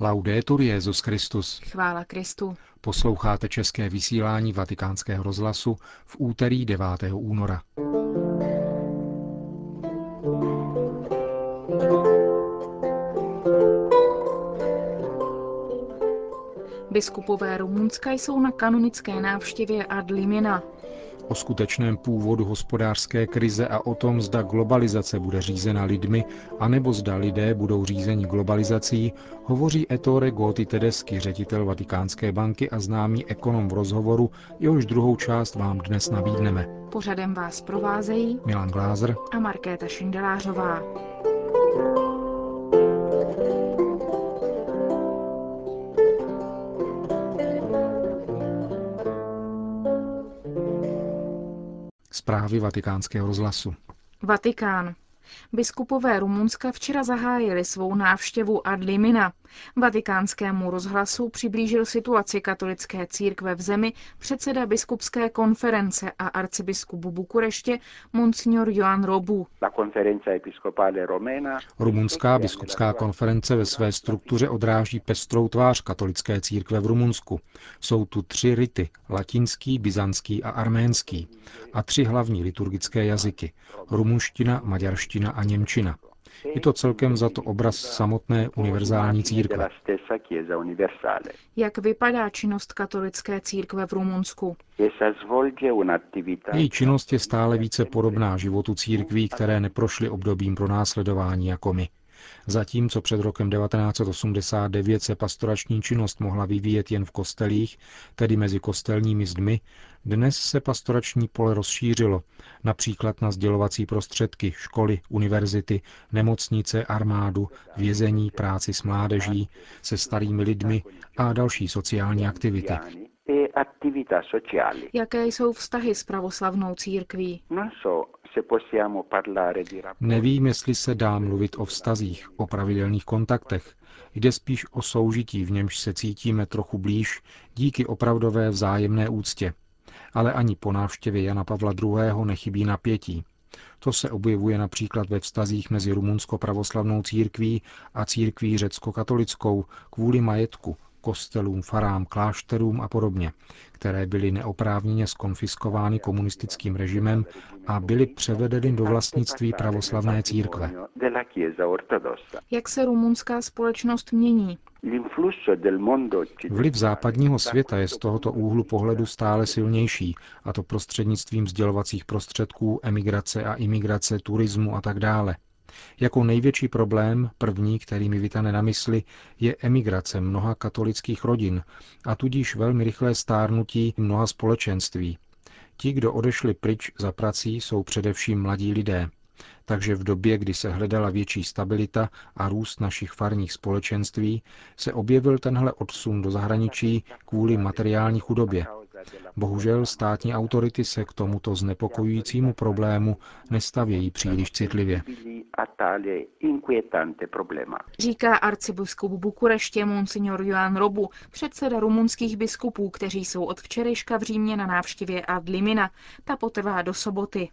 Laudetur Jesus Christus. Chvála Kristu. Posloucháte české vysílání Vatikánského rozhlasu v úterý 9. února. Biskupové Rumunska jsou na kanonické návštěvě ad limina. O skutečném původu hospodářské krize a o tom, zda globalizace bude řízena lidmi, anebo zda lidé budou řízeni globalizací, hovoří Ettore Gotti Tedeschi, ředitel Vatikánské banky a známý ekonom v rozhovoru, jehož druhou část vám dnes nabídneme. Pořadem vás provázejí Milan Glázer a Markéta Šindelářová. Zprávy Vatikánského rozhlasu. Vatikán. Biskupové Rumunska včera zahájili svou návštěvu ad limina. Vatikánskému rozhlasu přiblížil situaci katolické církve v zemi předseda biskupské konference a arcibiskup Bukureště Monsignor Ioan Robu. Rumunská biskupská konference ve své struktuře odráží pestrou tvář katolické církve v Rumunsku. Jsou tu 3 rity, latinský, byzantský a arménský, a 3 hlavní liturgické jazyky, rumunština, maďarština a němčina. Je to celkem za to obraz samotné univerzální církve. Jak vypadá činnost katolické církve v Rumunsku? Její činnost je stále více podobná životu církví, které neprošly obdobím pronásledování jako my. Zatímco před rokem 1989 se pastorační činnost mohla vyvíjet jen v kostelích, tedy mezi kostelními zdmi, dnes se pastorační pole rozšířilo, například na sdělovací prostředky, školy, univerzity, nemocnice, armádu, vězení, práci s mládeží, se starými lidmi a další sociální aktivity. Jaké jsou vztahy s pravoslavnou církví? Nevím, jestli se dá mluvit o vztazích, o pravidelných kontaktech. Jde spíš o soužití, v němž se cítíme trochu blíž díky opravdové vzájemné úctě. Ale ani po návštěvě Jana Pavla II. Nechybí napětí. To se objevuje například ve vztazích mezi rumunsko-pravoslavnou církví a církví řecko-katolickou kvůli majetku, kostelům, farám, klášterům a podobně, které byly neoprávněně zkonfiskovány komunistickým režimem a byly převedeny do vlastnictví pravoslavné církve. Jak se rumunská společnost mění? Vliv západního světa je z tohoto úhlu pohledu stále silnější, a to prostřednictvím sdělovacích prostředků, emigrace a imigrace, turismu a tak dále. Jako největší problém, první, který mi vytane na mysli, je emigrace mnoha katolických rodin a tudíž velmi rychlé stárnutí mnoha společenství. Ti, kdo odešli pryč za prací, jsou především mladí lidé. Takže v době, kdy se hledala větší stabilita a růst našich farních společenství, se objevil tenhle odsun do zahraničí kvůli materiální chudobě. Bohužel státní autority se k tomuto znepokojujícímu problému nestavějí příliš citlivě. Říká arcibiskup Bukureště Monsignor Ioan Robu, předseda rumunských biskupů, kteří jsou od včerejška v Římě na návštěvě ad limina. Ta potrvá do soboty.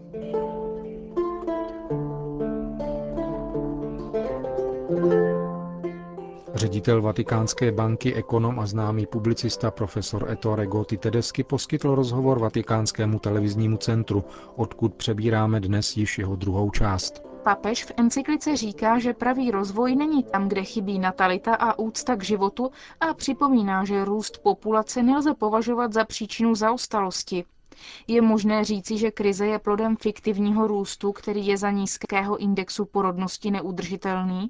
Ředitel Vatikánské banky, ekonom a známý publicista profesor Ettore Gotti Tedeschi poskytl rozhovor Vatikánskému televiznímu centru, odkud přebíráme dnes již jeho druhou část. Papež v encyklice říká, že pravý rozvoj není tam, kde chybí natalita a úcta k životu, a připomíná, že růst populace nelze považovat za příčinu zaostalosti. Je možné říci, že krize je plodem fiktivního růstu, který je za nízkého indexu porodnosti neudržitelný?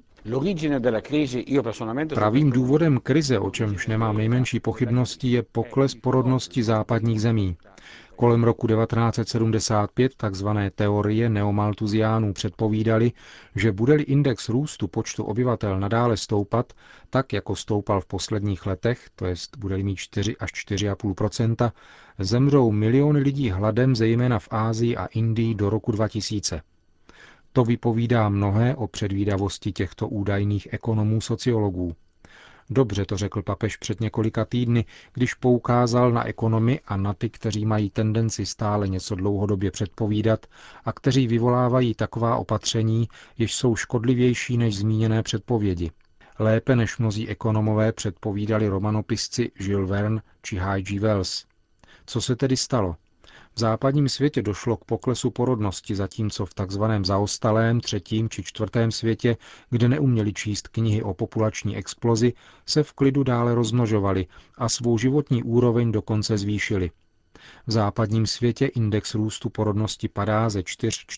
Pravým důvodem krize, o čemž nemám nejmenší pochybnosti, je pokles porodnosti západních zemí. Kolem roku 1975 takzvané teorie neomaltuziánů předpovídaly, že bude-li index růstu počtu obyvatel nadále stoupat, tak jako stoupal v posledních letech, to jest bude-li mít 4 až 4,5%, zemřou miliony lidí hladem, zejména v Asii a Indii do roku 2000. To vypovídá mnohé o předvídavosti těchto údajných ekonomů sociologů. Dobře to řekl papež před několika týdny, když poukázal na ekonomy a na ty, kteří mají tendenci stále něco dlouhodobě předpovídat a kteří vyvolávají taková opatření, jež jsou škodlivější než zmíněné předpovědi. Lépe než mnozí ekonomové předpovídali romanopisci Jules Verne či H.G. Wells. Co se tedy stalo? V západním světě došlo k poklesu porodnosti, zatímco v takzvaném zaostalém třetím či čtvrtém světě, kde neuměli číst knihy o populační explozi, se v klidu dále rozmnožovali a svou životní úroveň dokonce zvýšili. V západním světě index růstu porodnosti padá ze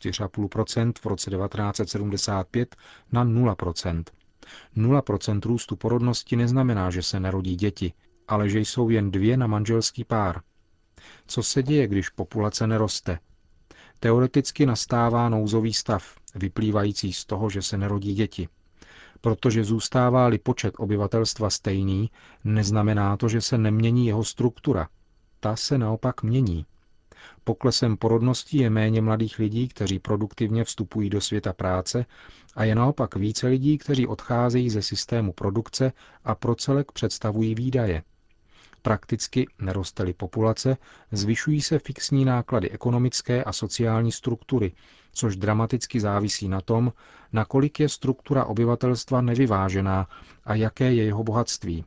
4,5% v roce 1975 na 0%. 0% růstu porodnosti neznamená, že se nerodí děti, ale že jsou jen 2 na manželský pár. Co se děje, když populace neroste? Teoreticky nastává nouzový stav, vyplývající z toho, že se nerodí děti. Protože zůstává-li počet obyvatelstva stejný, neznamená to, že se nemění jeho struktura. Ta se naopak mění. Poklesem porodnosti je méně mladých lidí, kteří produktivně vstupují do světa práce, a je naopak více lidí, kteří odcházejí ze systému produkce a pro celek představují výdaje. Prakticky neroste-li populace, zvyšují se fixní náklady ekonomické a sociální struktury, což dramaticky závisí na tom, nakolik je struktura obyvatelstva nevyvážená a jaké je jeho bohatství.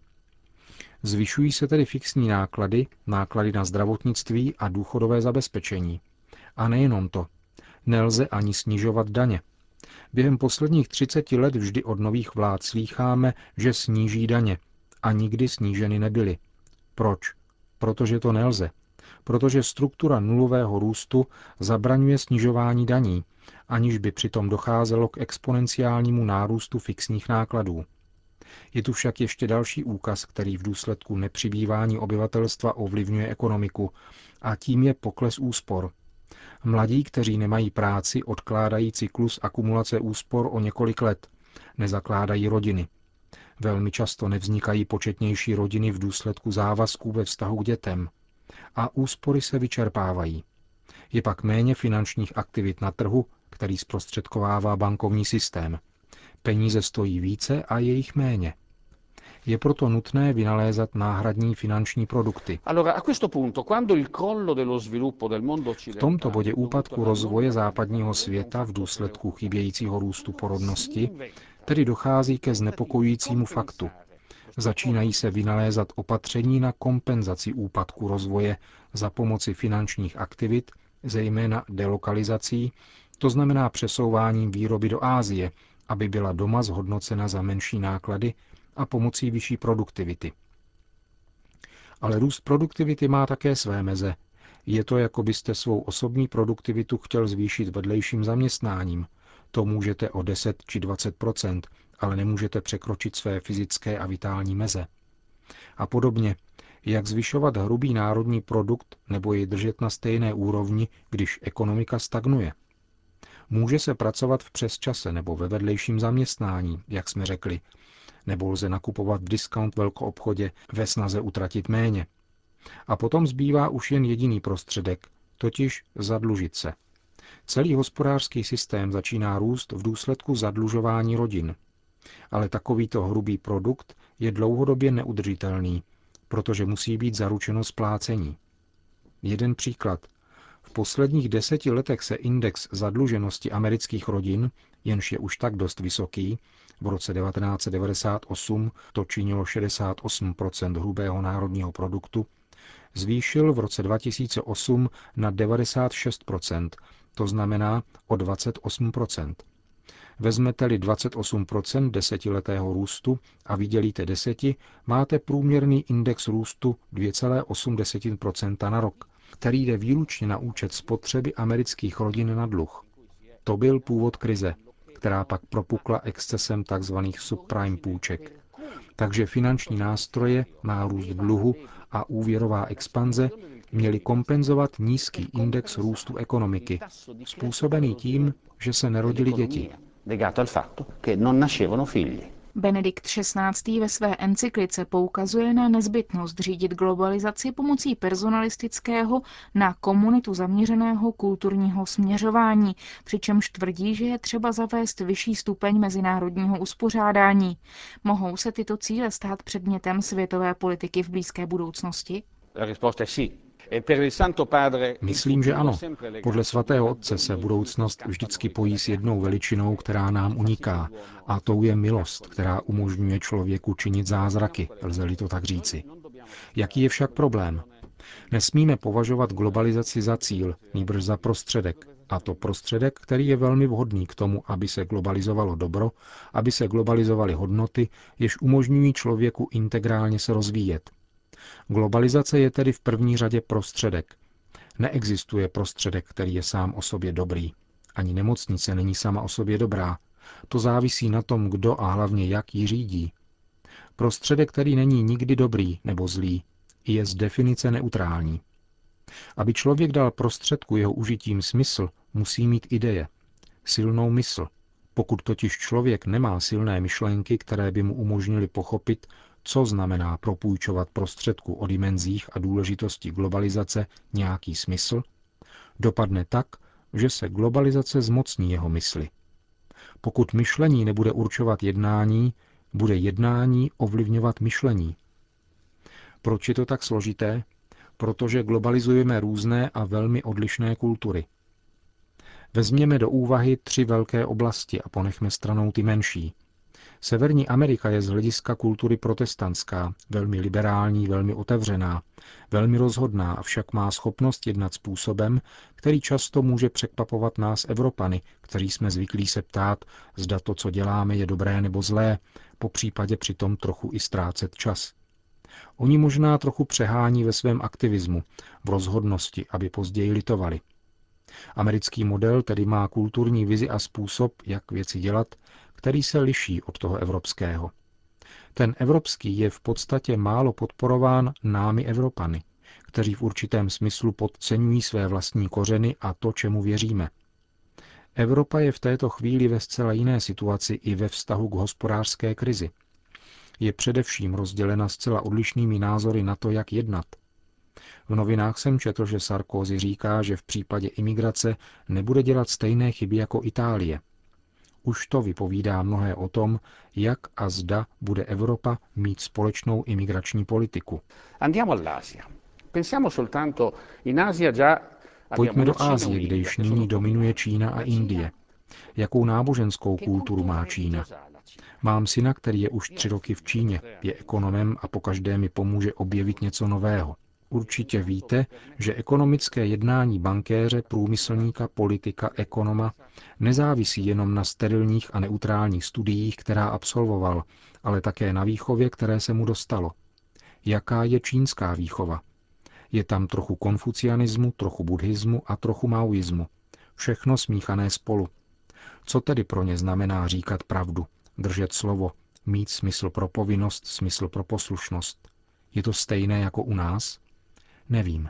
Zvyšují se tedy fixní náklady, náklady na zdravotnictví a důchodové zabezpečení. A nejenom to. Nelze ani snižovat daně. Během posledních 30 let vždy od nových vlád slýcháme, že sníží daně. A nikdy sníženy nebyly. Proč? Protože to nelze. Protože struktura nulového růstu zabraňuje snižování daní, aniž by přitom docházelo k exponenciálnímu nárůstu fixních nákladů. Je tu však ještě další úkaz, který v důsledku nepřibývání obyvatelstva ovlivňuje ekonomiku, a tím je pokles úspor. Mladí, kteří nemají práci, odkládají cyklus akumulace úspor o několik let, nezakládají rodiny. Velmi často nevznikají početnější rodiny v důsledku závazků ve vztahu k dětem. A úspory se vyčerpávají. Je pak méně finančních aktivit na trhu, který zprostředkovává bankovní systém. Peníze stojí více a je jich méně. Je proto nutné vynalézat náhradní finanční produkty. V tomto bodě úpadku rozvoje západního světa v důsledku chybějícího růstu porodnosti tedy dochází ke znepokojujícímu faktu. Začínají se vynalézat opatření na kompenzaci úpadku rozvoje za pomoci finančních aktivit, zejména delokalizací, to znamená přesouváním výroby do Asie, aby byla doma zhodnocena za menší náklady a pomocí vyšší produktivity. Ale růst produktivity má také své meze. Je to, jako byste svou osobní produktivitu chtěl zvýšit vedlejším zaměstnáním. To můžete o 10 či 20%, ale nemůžete překročit své fyzické a vitální meze. A podobně, jak zvyšovat hrubý národní produkt nebo jej držet na stejné úrovni, když ekonomika stagnuje. Může se pracovat v přesčase nebo ve vedlejším zaměstnání, jak jsme řekli, nebo lze nakupovat v discount velkoobchodě ve snaze utratit méně. A potom zbývá už jen jediný prostředek, totiž zadlužit se. Celý hospodářský systém začíná růst v důsledku zadlužování rodin. Ale takovýto hrubý produkt je dlouhodobě neudržitelný, protože musí být zaručeno splácení. Jeden příklad. V posledních 10 letech se index zadluženosti amerických rodin, jenž je už tak dost vysoký, v roce 1998 to činilo 68% hrubého národního produktu, zvýšil v roce 2008 na 96%, to znamená o 28%. Vezmete-li 28% desetiletého růstu a vydělíte 10, máte průměrný index růstu 2,8% na rok, který jde výlučně na účet spotřeby amerických rodin na dluh. To byl původ krize, která pak propukla excesem tzv. Subprime půjček. Takže finanční nástroje, nárůst dluhu a úvěrová expanze měly kompenzovat nízký index růstu ekonomiky, způsobený tím, že se nerodily děti. Benedikt XVI. Ve své encyklice poukazuje na nezbytnost řídit globalizaci pomocí personalistického na komunitu zaměřeného kulturního směřování, přičemž tvrdí, že je třeba zavést vyšší stupeň mezinárodního uspořádání. Mohou se tyto cíle stát předmětem světové politiky v blízké budoucnosti? Myslím, že ano. Podle svatého otce se budoucnost vždycky pojí s jednou veličinou, která nám uniká, a tou je milost, která umožňuje člověku činit zázraky, lze-li to tak říci. Jaký je však problém? Nesmíme považovat globalizaci za cíl, nýbrž za prostředek. A to prostředek, který je velmi vhodný k tomu, aby se globalizovalo dobro, aby se globalizovaly hodnoty, jež umožňují člověku integrálně se rozvíjet. Globalizace je tedy v první řadě prostředek. Neexistuje prostředek, který je sám o sobě dobrý. Ani nemocnice není sama o sobě dobrá. To závisí na tom, kdo a hlavně jak ji řídí. Prostředek, který není nikdy dobrý nebo zlý, je z definice neutrální. Aby člověk dal prostředku jeho užitím smysl, musí mít ideje, silnou mysl. Pokud totiž člověk nemá silné myšlenky, které by mu umožnily pochopit, co znamená propůjčovat prostředku o dimenzích a důležitosti globalizace nějaký smysl, dopadne tak, že se globalizace zmocní jeho mysli. Pokud myšlení nebude určovat jednání, bude jednání ovlivňovat myšlení. Proč je to tak složité? Protože globalizujeme různé a velmi odlišné kultury. Vezměme do úvahy 3 velké oblasti a ponechme stranou ty menší. Severní Amerika je z hlediska kultury protestantská, velmi liberální, velmi otevřená, velmi rozhodná, avšak má schopnost jednat způsobem, který často může překvapovat nás Evropany, kteří jsme zvyklí se ptát, zda to, co děláme, je dobré nebo zlé, po případě přitom trochu i ztrácet čas. Oni možná trochu přehání ve svém aktivismu, v rozhodnosti, aby později litovali. Americký model tedy má kulturní vizi a způsob, jak věci dělat, který se liší od toho evropského. Ten evropský je v podstatě málo podporován námi Evropany, kteří v určitém smyslu podceňují své vlastní kořeny a to, čemu věříme. Evropa je v této chvíli ve zcela jiné situaci i ve vztahu k hospodářské krizi. Je především rozdělena zcela odlišnými názory na to, jak jednat. V novinách jsem četl, že Sarkozy říká, že v případě imigrace nebude dělat stejné chyby jako Itálie. Už to vypovídá mnohé o tom, jak a zda bude Evropa mít společnou imigrační politiku. Pojďme do Asie, kde již nyní dominuje Čína a Indie. Jakou náboženskou kulturu má Čína? Mám syna, který je už 3 roky v Číně, je ekonomem a pokaždé mi pomůže objevit něco nového. Určitě víte, že ekonomické jednání bankéře, průmyslníka, politika, ekonoma nezávisí jenom na sterilních a neutrálních studiích, která absolvoval, ale také na výchově, které se mu dostalo. Jaká je čínská výchova? Je tam trochu konfucianismu, trochu buddhismu a trochu maoismu. Všechno smíchané spolu. Co tedy pro ně znamená říkat pravdu, držet slovo, mít smysl pro povinnost, smysl pro poslušnost? Je to stejné jako u nás? Nevím.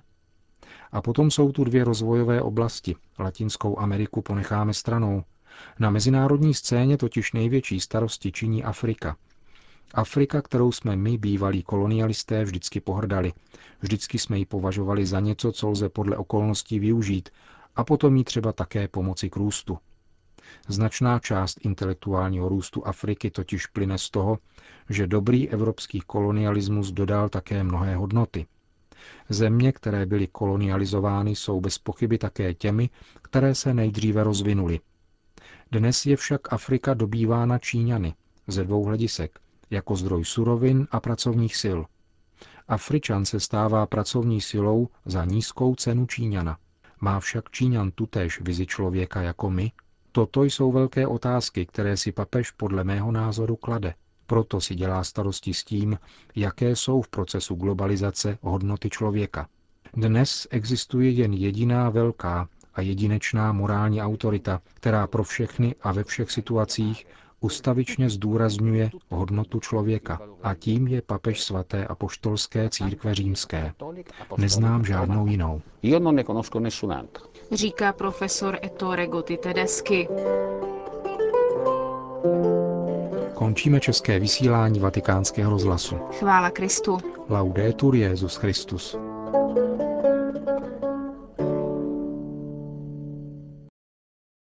A potom jsou tu 2 rozvojové oblasti. Latinskou Ameriku ponecháme stranou. Na mezinárodní scéně totiž největší starosti činí Afrika. Afrika, kterou jsme my, bývalí kolonialisté, vždycky pohrdali. Vždycky jsme ji považovali za něco, co lze podle okolností využít, a potom jí třeba také pomoci k růstu. Značná část intelektuálního růstu Afriky totiž plyne z toho, že dobrý evropský kolonialismus dodal také mnohé hodnoty. Země, které byly kolonializovány, jsou bez pochyby také těmi, které se nejdříve rozvinuly. Dnes je však Afrika dobývána Číňany ze 2 hledisek, jako zdroj surovin a pracovních sil. Afričan se stává pracovní silou za nízkou cenu Číňana. Má však Číňan tutéž vizi člověka jako my? Toto jsou velké otázky, které si papež podle mého názoru klade. Proto si dělá starosti s tím, jaké jsou v procesu globalizace hodnoty člověka. Dnes existuje jen jediná velká a jedinečná morální autorita, která pro všechny a ve všech situacích ustavičně zdůrazňuje hodnotu člověka, a tím je papež svaté apoštolské církve římské. Neznám žádnou jinou. Říká profesor Ettore Gotti Tedeschi. Končíme české vysílání Vatikánského rozhlasu. Chvála Kristu. Laudetur Jesus Christus.